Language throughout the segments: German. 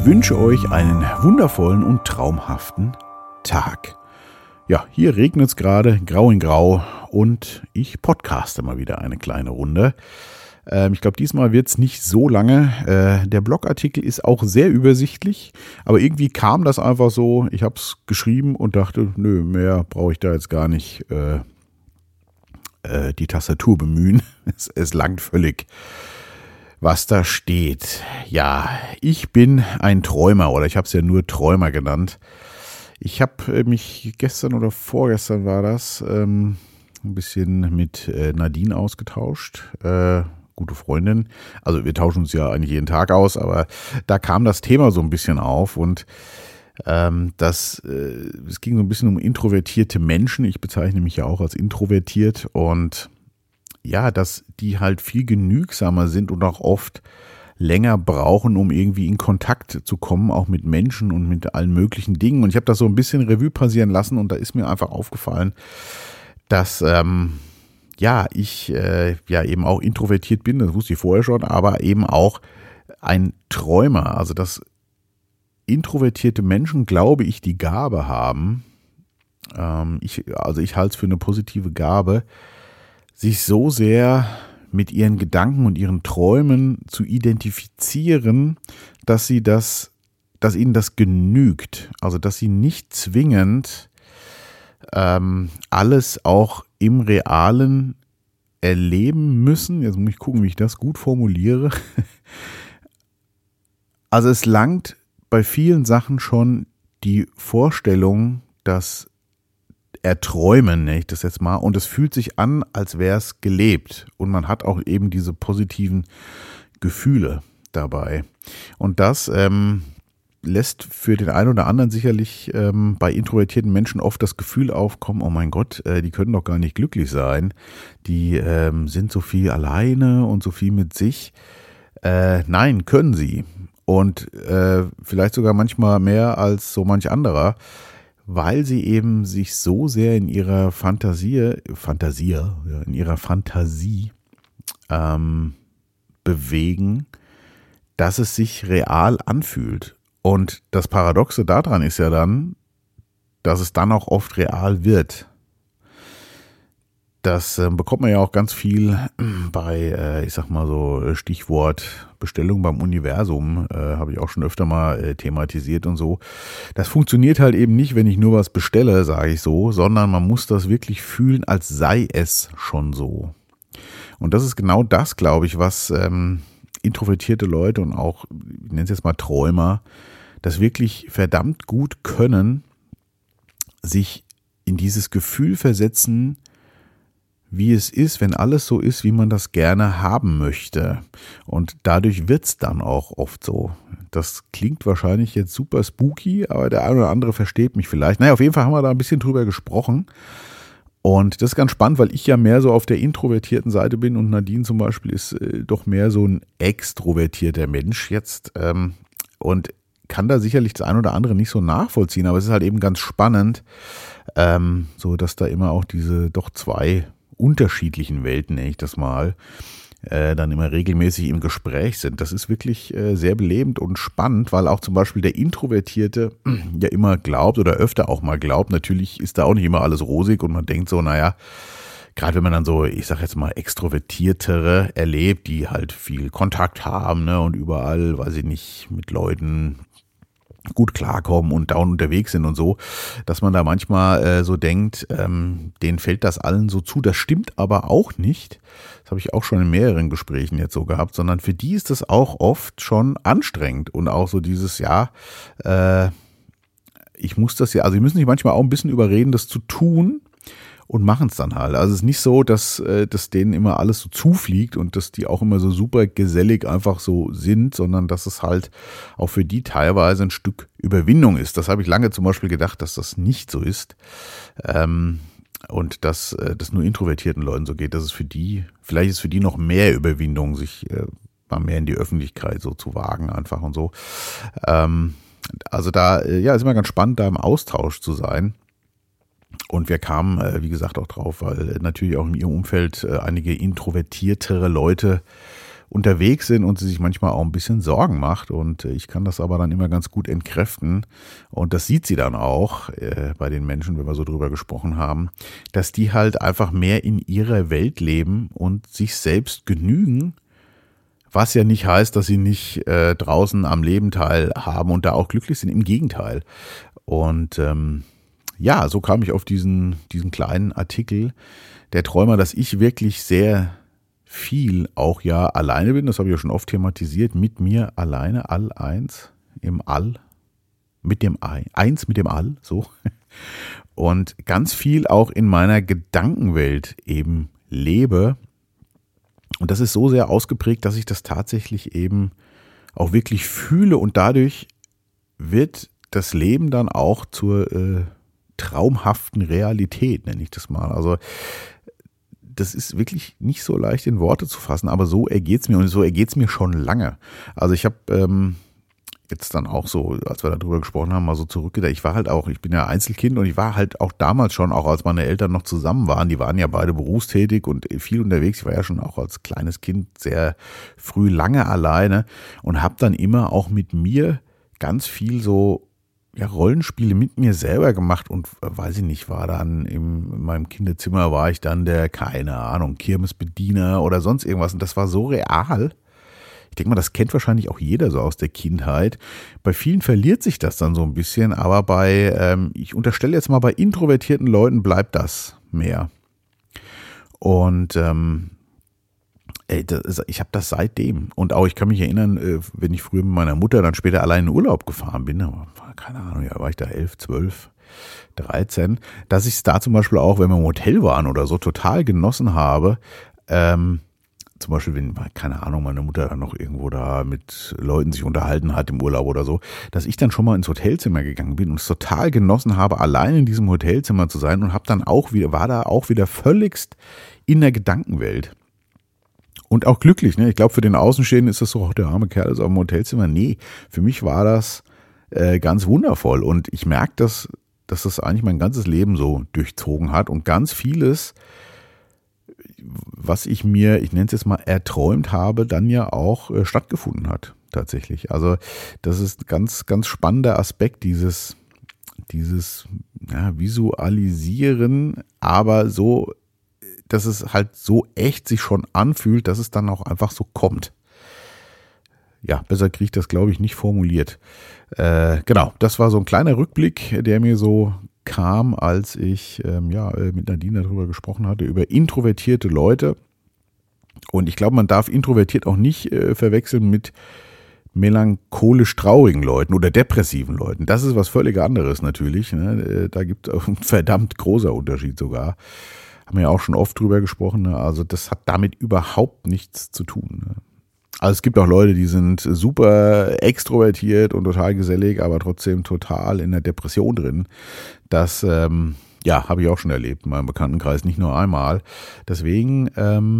wünsche euch einen wundervollen und traumhaften Tag. Ja, hier regnet es gerade, grau in grau, und ich podcaste mal wieder eine kleine Runde. Ich glaube, diesmal wird es nicht so lange. Der Blogartikel ist auch sehr übersichtlich, aber irgendwie kam das einfach so. Ich habe es geschrieben und dachte, nö, mehr brauche ich da jetzt gar nicht die Tastatur bemühen. Es langt völlig, was da steht. Ja, ich bin ein Träumer, oder ich habe es ja nur Träumer genannt. Ich habe mich gestern oder vorgestern war das ein bisschen mit Nadine ausgetauscht, gute Freundin. Also wir tauschen uns ja eigentlich jeden Tag aus, aber da kam das Thema so ein bisschen auf, und es ging so ein bisschen um introvertierte Menschen. Ich bezeichne mich ja auch als introvertiert, und ja, dass die halt viel genügsamer sind und auch oft länger brauchen, um irgendwie in Kontakt zu kommen, auch mit Menschen und mit allen möglichen Dingen. Und ich habe das so ein bisschen Revue passieren lassen, und da ist mir einfach aufgefallen, dass ich eben auch introvertiert bin, das wusste ich vorher schon, aber eben auch ein Träumer. Also dass introvertierte Menschen, glaube ich, die Gabe haben, ich halte es für eine positive Gabe, sich so sehr mit ihren Gedanken und ihren Träumen zu identifizieren, dass ihnen das genügt. Also dass sie nicht zwingend alles auch im Realen erleben müssen. Jetzt muss ich gucken, wie ich das gut formuliere. Also es langt bei vielen Sachen schon die Vorstellung, dass erträumen, nenne ich das jetzt mal, und es fühlt sich an, als wäre es gelebt, und man hat auch eben diese positiven Gefühle dabei. Und das lässt für den einen oder anderen sicherlich bei introvertierten Menschen oft das Gefühl aufkommen, oh mein Gott, die können doch gar nicht glücklich sein, die sind so viel alleine und so viel mit sich. Nein, können sie, und vielleicht sogar manchmal mehr als so manch anderer, weil sie eben sich so sehr in ihrer Fantasie bewegen, dass es sich real anfühlt. Und das Paradoxe daran ist ja dann, dass es dann auch oft real wird. Das bekommt man ja auch ganz viel bei, Stichwort Bestellung beim Universum, habe ich auch schon öfter mal thematisiert und so. Das funktioniert halt eben nicht, wenn ich nur was bestelle, sage ich so, sondern man muss das wirklich fühlen, als sei es schon so. Und das ist genau das, glaube ich, was introvertierte Leute und auch, ich nenne es jetzt mal Träumer, das wirklich verdammt gut können, sich in dieses Gefühl versetzen, wie es ist, wenn alles so ist, wie man das gerne haben möchte. Und dadurch wird es dann auch oft so. Das klingt wahrscheinlich jetzt super spooky, aber der eine oder andere versteht mich vielleicht. Naja, auf jeden Fall haben wir da ein bisschen drüber gesprochen. Und das ist ganz spannend, weil ich ja mehr so auf der introvertierten Seite bin, und Nadine zum Beispiel ist doch mehr so ein extrovertierter Mensch jetzt. Und kann da sicherlich das eine oder andere nicht so nachvollziehen. Aber es ist halt eben ganz spannend, so dass da immer auch diese doch zwei unterschiedlichen Welten, nenne ich das mal, dann immer regelmäßig im Gespräch sind. Das ist wirklich sehr belebend und spannend, weil auch zum Beispiel der Introvertierte ja immer glaubt oder öfter auch mal glaubt, natürlich ist da auch nicht immer alles rosig, und man denkt so, naja, gerade wenn man dann so, ich sag jetzt mal, Extrovertiertere erlebt, die halt viel Kontakt haben, ne, und überall, weiß ich nicht, mit Leuten gut klarkommen und down unterwegs sind und so, dass man da manchmal so denkt, denen fällt das allen so zu. Das stimmt aber auch nicht. Das habe ich auch schon in mehreren Gesprächen jetzt so gehabt, sondern für die ist das auch oft schon anstrengend, und auch so dieses, ich muss das ja, also die müssen sich manchmal auch ein bisschen überreden, das zu tun, und machen es dann halt. Also es ist nicht so, dass denen immer alles so zufliegt und dass die auch immer so super gesellig einfach so sind, sondern dass es halt auch für die teilweise ein Stück Überwindung ist. Das habe ich lange zum Beispiel gedacht, dass das nicht so ist. Und dass das nur introvertierten Leuten so geht, dass es vielleicht ist für die noch mehr Überwindung, sich mal mehr in die Öffentlichkeit so zu wagen einfach und so. Also da, ist immer ganz spannend, da im Austausch zu sein. Und wir kamen, wie gesagt, auch drauf, weil natürlich auch in ihrem Umfeld einige introvertiertere Leute unterwegs sind und sie sich manchmal auch ein bisschen Sorgen macht. Und ich kann das aber dann immer ganz gut entkräften. Und das sieht sie dann auch bei den Menschen, wenn wir so drüber gesprochen haben, dass die halt einfach mehr in ihrer Welt leben und sich selbst genügen. Was ja nicht heißt, dass sie nicht draußen am Leben teilhaben und da auch glücklich sind. Im Gegenteil. Und ja, so kam ich auf diesen kleinen Artikel der Träumer, dass ich wirklich sehr viel auch ja alleine bin. Das habe ich ja schon oft thematisiert. Mit mir alleine, all eins im All. Mit dem Eins mit dem All, so. Und ganz viel auch in meiner Gedankenwelt eben lebe. Und das ist so sehr ausgeprägt, dass ich das tatsächlich eben auch wirklich fühle. Und dadurch wird das Leben dann auch zur traumhaften Realität, nenne ich das mal. Also das ist wirklich nicht so leicht in Worte zu fassen, aber so ergeht es mir und so ergeht es mir schon lange. Also ich habe jetzt dann auch so, als wir darüber gesprochen haben, mal so zurückgedacht. Ich bin ja Einzelkind und ich war halt auch damals schon, auch als meine Eltern noch zusammen waren, die waren ja beide berufstätig und viel unterwegs. Ich war ja schon auch als kleines Kind sehr früh lange alleine und habe dann immer auch mit mir ganz viel so Rollenspiele mit mir selber gemacht und weiß ich nicht, war dann in meinem Kinderzimmer war ich dann der, keine Ahnung, Kirmesbediener oder sonst irgendwas und das war so real. Ich denke mal, das kennt wahrscheinlich auch jeder so aus der Kindheit. Bei vielen verliert sich das dann so ein bisschen, aber ich unterstelle jetzt mal, bei introvertierten Leuten bleibt das mehr. Und ich habe das seitdem. Und auch ich kann mich erinnern, wenn ich früher mit meiner Mutter dann später allein in Urlaub gefahren bin, keine Ahnung, ja, war ich da 11, 12, 13, dass ich es da zum Beispiel auch, wenn wir im Hotel waren oder so, total genossen habe, zum Beispiel, wenn, keine Ahnung, meine Mutter dann noch irgendwo da mit Leuten sich unterhalten hat im Urlaub oder so, dass ich dann schon mal ins Hotelzimmer gegangen bin und es total genossen habe, allein in diesem Hotelzimmer zu sein und war da auch wieder völligst in der Gedankenwelt. Und auch glücklich, ne? Ich glaube, für den Außenstehenden ist das so, der arme Kerl ist auf dem Hotelzimmer. Nee, für mich war das ganz wundervoll. Und ich merke, dass das eigentlich mein ganzes Leben so durchzogen hat. Und ganz vieles, was ich nenne es jetzt mal, erträumt habe, dann ja auch stattgefunden hat, tatsächlich. Also das ist ein ganz, ganz spannender Aspekt, dieses Visualisieren, aber so, dass es halt so echt sich schon anfühlt, dass es dann auch einfach so kommt. Ja, besser kriege ich das, glaube ich, nicht formuliert. Genau, das war so ein kleiner Rückblick, der mir so kam, als ich mit Nadine darüber gesprochen hatte, über introvertierte Leute. Und ich glaube, man darf introvertiert auch nicht verwechseln mit melancholisch traurigen Leuten oder depressiven Leuten. Das ist was völlig anderes natürlich. Ne? Da gibt es einen verdammt großer Unterschied sogar. Haben wir ja auch schon oft drüber gesprochen. Ne? Also das hat damit überhaupt nichts zu tun. Ne? Also es gibt auch Leute, die sind super extrovertiert und total gesellig, aber trotzdem total in der Depression drin. Das habe ich auch schon erlebt in meinem Bekanntenkreis, nicht nur einmal. Deswegen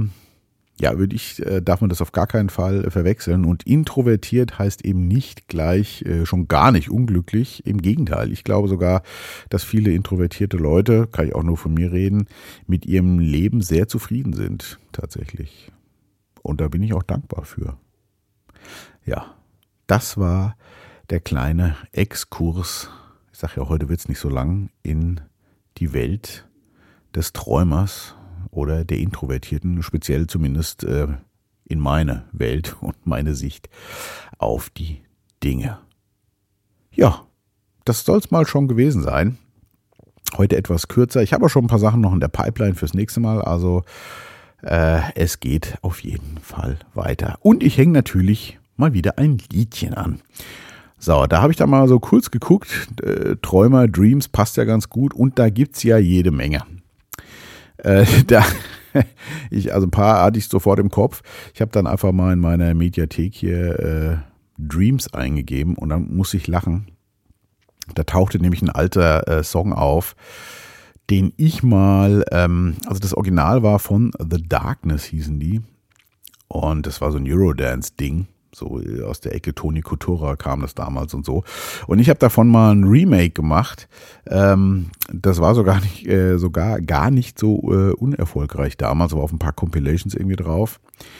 darf man das auf gar keinen Fall verwechseln. Und introvertiert heißt eben nicht gleich schon gar nicht unglücklich. Im Gegenteil. Ich glaube sogar, dass viele introvertierte Leute, kann ich auch nur von mir reden, mit ihrem Leben sehr zufrieden sind, tatsächlich. Und da bin ich auch dankbar für. Ja, das war der kleine Exkurs. Ich sage ja, heute wird es nicht so lang, in die Welt des Träumers oder der Introvertierten, speziell zumindest in meine Welt und meine Sicht auf die Dinge. Ja, das soll es mal schon gewesen sein. Heute etwas kürzer. Ich habe auch schon ein paar Sachen noch in der Pipeline fürs nächste Mal, also es geht auf jeden Fall weiter. Und ich hänge natürlich mal wieder ein Liedchen an. So, da habe ich da mal so kurz geguckt. Träumer, Dreams passt ja ganz gut und da gibt's ja jede Menge. Also ein paar hatte ich sofort im Kopf. Ich habe dann einfach mal in meiner Mediathek hier Dreams eingegeben und dann muss ich lachen. Da tauchte nämlich ein alter Song auf, den ich mal, also das Original war von The Darkness hießen die und das war so ein Eurodance-Ding. So aus der Ecke Toni Kotura kam das damals und so. Und ich habe davon mal ein Remake gemacht. Das war sogar gar nicht so unerfolgreich damals, aber auf ein paar Compilations irgendwie drauf.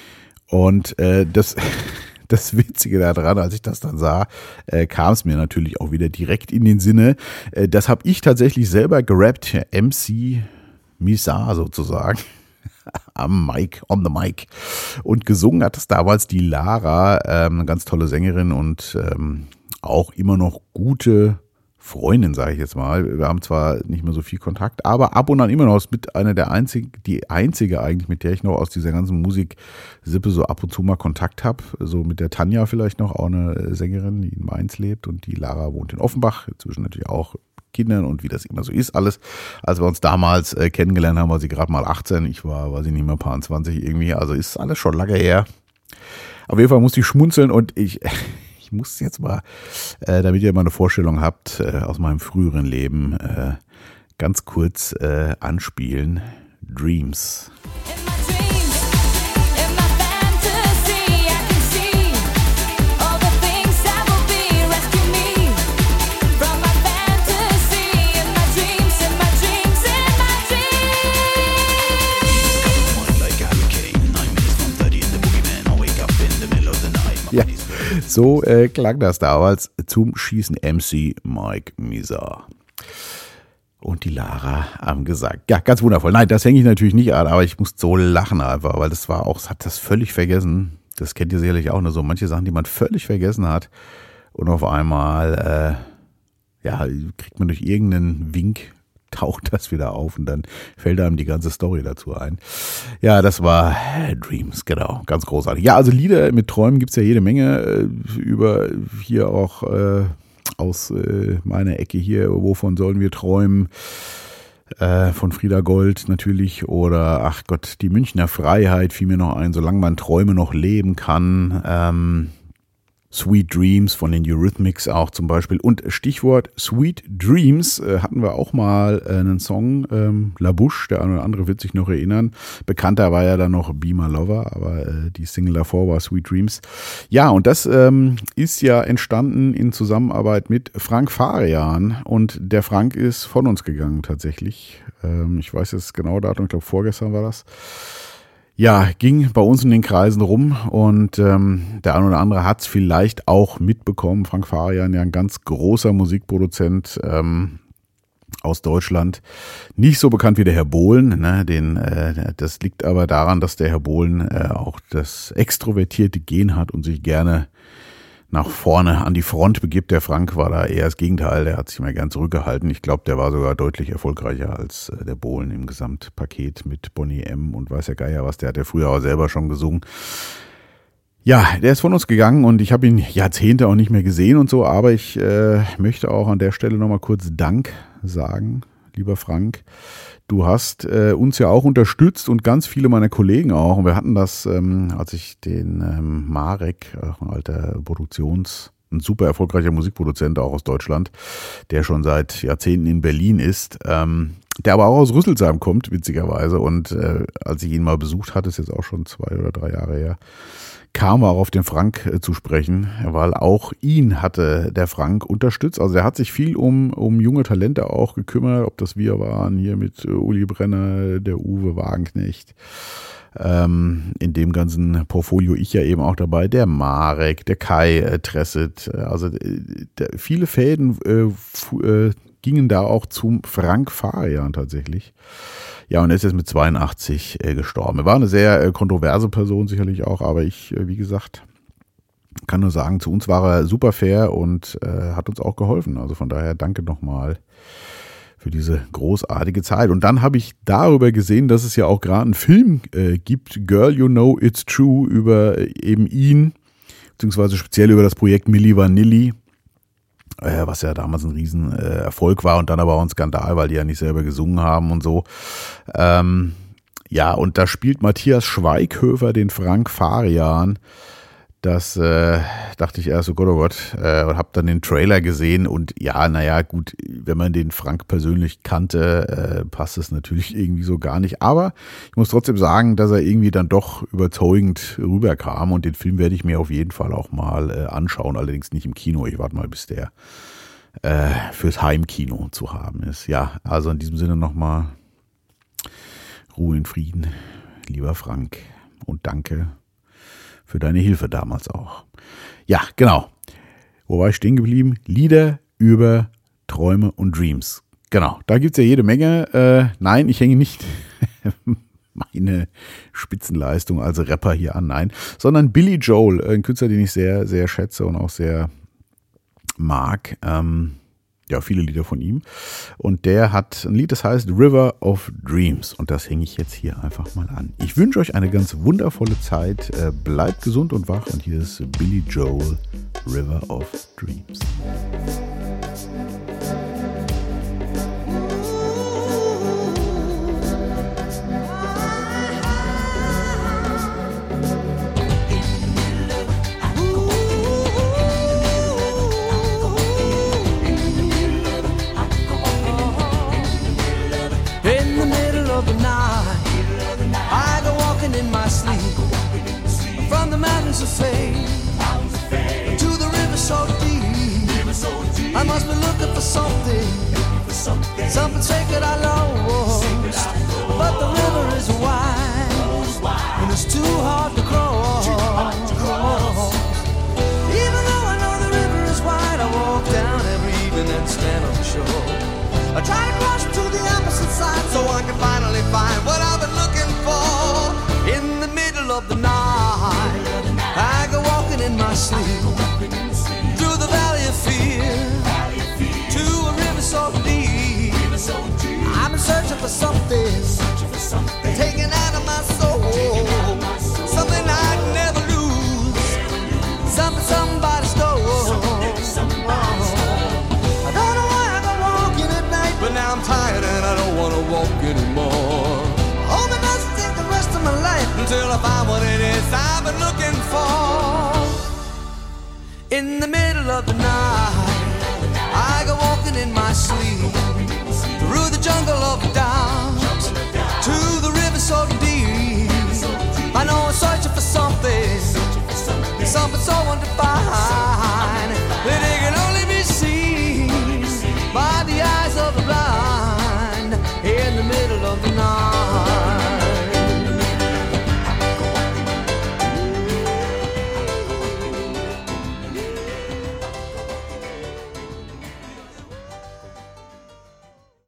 Und das Witzige daran, als ich das dann sah, kam es mir natürlich auch wieder direkt in den Sinne. Das habe ich tatsächlich selber gerappt, MC Misa sozusagen. On the mic. Und gesungen hat es damals die Lara, eine ganz tolle Sängerin und auch immer noch gute Freundin, sage ich jetzt mal. Wir haben zwar nicht mehr so viel Kontakt, aber ab und an immer noch ist mit einer die einzige eigentlich, mit der ich noch aus dieser ganzen Musiksippe so ab und zu mal Kontakt habe. So mit der Tanja vielleicht noch, auch eine Sängerin, die in Mainz lebt, und die Lara wohnt in Offenbach, inzwischen natürlich auch Kindern und wie das immer so ist alles. Als wir uns damals kennengelernt haben, war sie gerade mal 18, ich war, weiß ich nicht mehr, paar 20 irgendwie, also ist alles schon lange her. Auf jeden Fall musste ich schmunzeln und ich muss jetzt mal, damit ihr mal eine Vorstellung habt aus meinem früheren Leben, ganz kurz anspielen. Dreams. Ja, so klang das damals zum Schießen MC Mike Misa. Und die Lara am Gesang. Ja, ganz wundervoll. Nein, das hänge ich natürlich nicht an, aber ich muss so lachen einfach, weil das war auch, hat das völlig vergessen. Das kennt ihr sicherlich auch, ne? So manche Sachen, die man völlig vergessen hat. Und auf einmal, kriegt man durch irgendeinen Wink, taucht das wieder auf und dann fällt einem die ganze Story dazu ein. Ja, das war Dreams, genau, ganz großartig. Ja, also Lieder mit Träumen gibt's ja jede Menge, über hier auch aus meiner Ecke hier, wovon sollen wir träumen, von Frieda Gold natürlich, oder ach Gott, die Münchner Freiheit fiel mir noch ein, solange man Träume noch leben kann, Sweet Dreams von den Eurythmics auch zum Beispiel. Und Stichwort Sweet Dreams hatten wir auch mal einen Song, La Bouche, der eine oder andere wird sich noch erinnern. Bekannter war ja dann noch Be My Lover, aber die Single davor war Sweet Dreams. Ja, und das ist ja entstanden in Zusammenarbeit mit Frank Farian. Und der Frank ist von uns gegangen tatsächlich. Ich weiß jetzt genau Datum, ich glaube vorgestern war das. Ja, ging bei uns in den Kreisen rum und der eine oder andere hat es vielleicht auch mitbekommen. Frank Farian, ja ein ganz großer Musikproduzent aus Deutschland. Nicht so bekannt wie der Herr Bohlen. Ne? Das liegt aber daran, dass der Herr Bohlen auch das extrovertierte Gen hat und sich gerne nach vorne an die Front begibt. Der Frank war da eher das Gegenteil, der hat sich immer gern zurückgehalten. Ich glaube, der war sogar deutlich erfolgreicher als der Bohlen im Gesamtpaket mit Boney M. und weiß der Geier was, der hat ja früher auch selber schon gesungen. Ja, der ist von uns gegangen und ich habe ihn Jahrzehnte auch nicht mehr gesehen und so, aber ich möchte auch an der Stelle nochmal kurz Dank sagen, lieber Frank. Du hast uns ja auch unterstützt und ganz viele meiner Kollegen auch. Und wir hatten das, als ich den Marek, ein alter ein super erfolgreicher Musikproduzent auch aus Deutschland, der schon seit Jahrzehnten in Berlin ist, der aber auch aus Rüsselsheim kommt, witzigerweise. Und als ich ihn mal besucht hatte, ist jetzt auch schon 2 oder 3 Jahre her, kam er auch auf den Frank zu sprechen, weil auch ihn hatte der Frank unterstützt. Also er hat sich viel um junge Talente auch gekümmert, ob das wir waren, hier mit Uli Brenner, der Uwe Wagenknecht, in dem ganzen Portfolio ich ja eben auch dabei, der Marek, der Kai Tresset, also viele Fäden gingen da auch zum Frank Farian tatsächlich. Ja, und er ist jetzt mit 82 gestorben. Er war eine sehr kontroverse Person sicherlich auch, aber ich, wie gesagt, kann nur sagen, zu uns war er super fair und hat uns auch geholfen. Also von daher danke nochmal für diese großartige Zeit. Und dann habe ich darüber gesehen, dass es ja auch gerade einen Film gibt, Girl, You Know It's True, über eben ihn, beziehungsweise speziell über das Projekt Milli Vanilli, was ja damals ein Riesenerfolg war und dann aber auch ein Skandal, weil die ja nicht selber gesungen haben und so. Ja, und da spielt Matthias Schweighöfer den Frank Farian. Das dachte ich erst, oh Gott, und habe dann den Trailer gesehen und ja, naja, gut, wenn man den Frank persönlich kannte, passt es natürlich irgendwie so gar nicht. Aber ich muss trotzdem sagen, dass er irgendwie dann doch überzeugend rüberkam und den Film werde ich mir auf jeden Fall auch mal anschauen, allerdings nicht im Kino. Ich warte mal, bis der fürs Heimkino zu haben ist. Ja, also in diesem Sinne nochmal Ruhe in Frieden, lieber Frank, und danke für deine Hilfe damals auch. Ja, genau. Wo war ich stehen geblieben? Lieder über Träume und Dreams. Genau, da gibt's ja jede Menge. Nein, ich hänge nicht meine Spitzenleistung als Rapper hier an, nein, sondern Billy Joel, ein Künstler, den ich sehr, sehr schätze und auch sehr mag. Ja, viele Lieder von ihm. Und der hat ein Lied, das heißt River of Dreams. Und das hänge ich jetzt hier einfach mal an. Ich wünsche euch eine ganz wundervolle Zeit. Bleibt gesund und wach. Und hier ist Billy Joel, River of Dreams. Of fame, to the river so deep. I must be looking for something, something sacred I lost. But the river is wide, and it's too hard to cross. Even though I know the river is wide, I walk down every evening and stand on the shore. I try to cross to the opposite side so I can finally find what I've been looking for. In the middle of the night, I go walking in my sleep through the valley of fear to a river so deep. I've been searching for something taken out of my soul, something I'd never lose, something somebody stole. I don't know why I go walking at night, but now I'm tired and I don't want to walk anymore. Hope it doesn't take the rest of my life until I find what it is I've been looking for. In the middle of the night,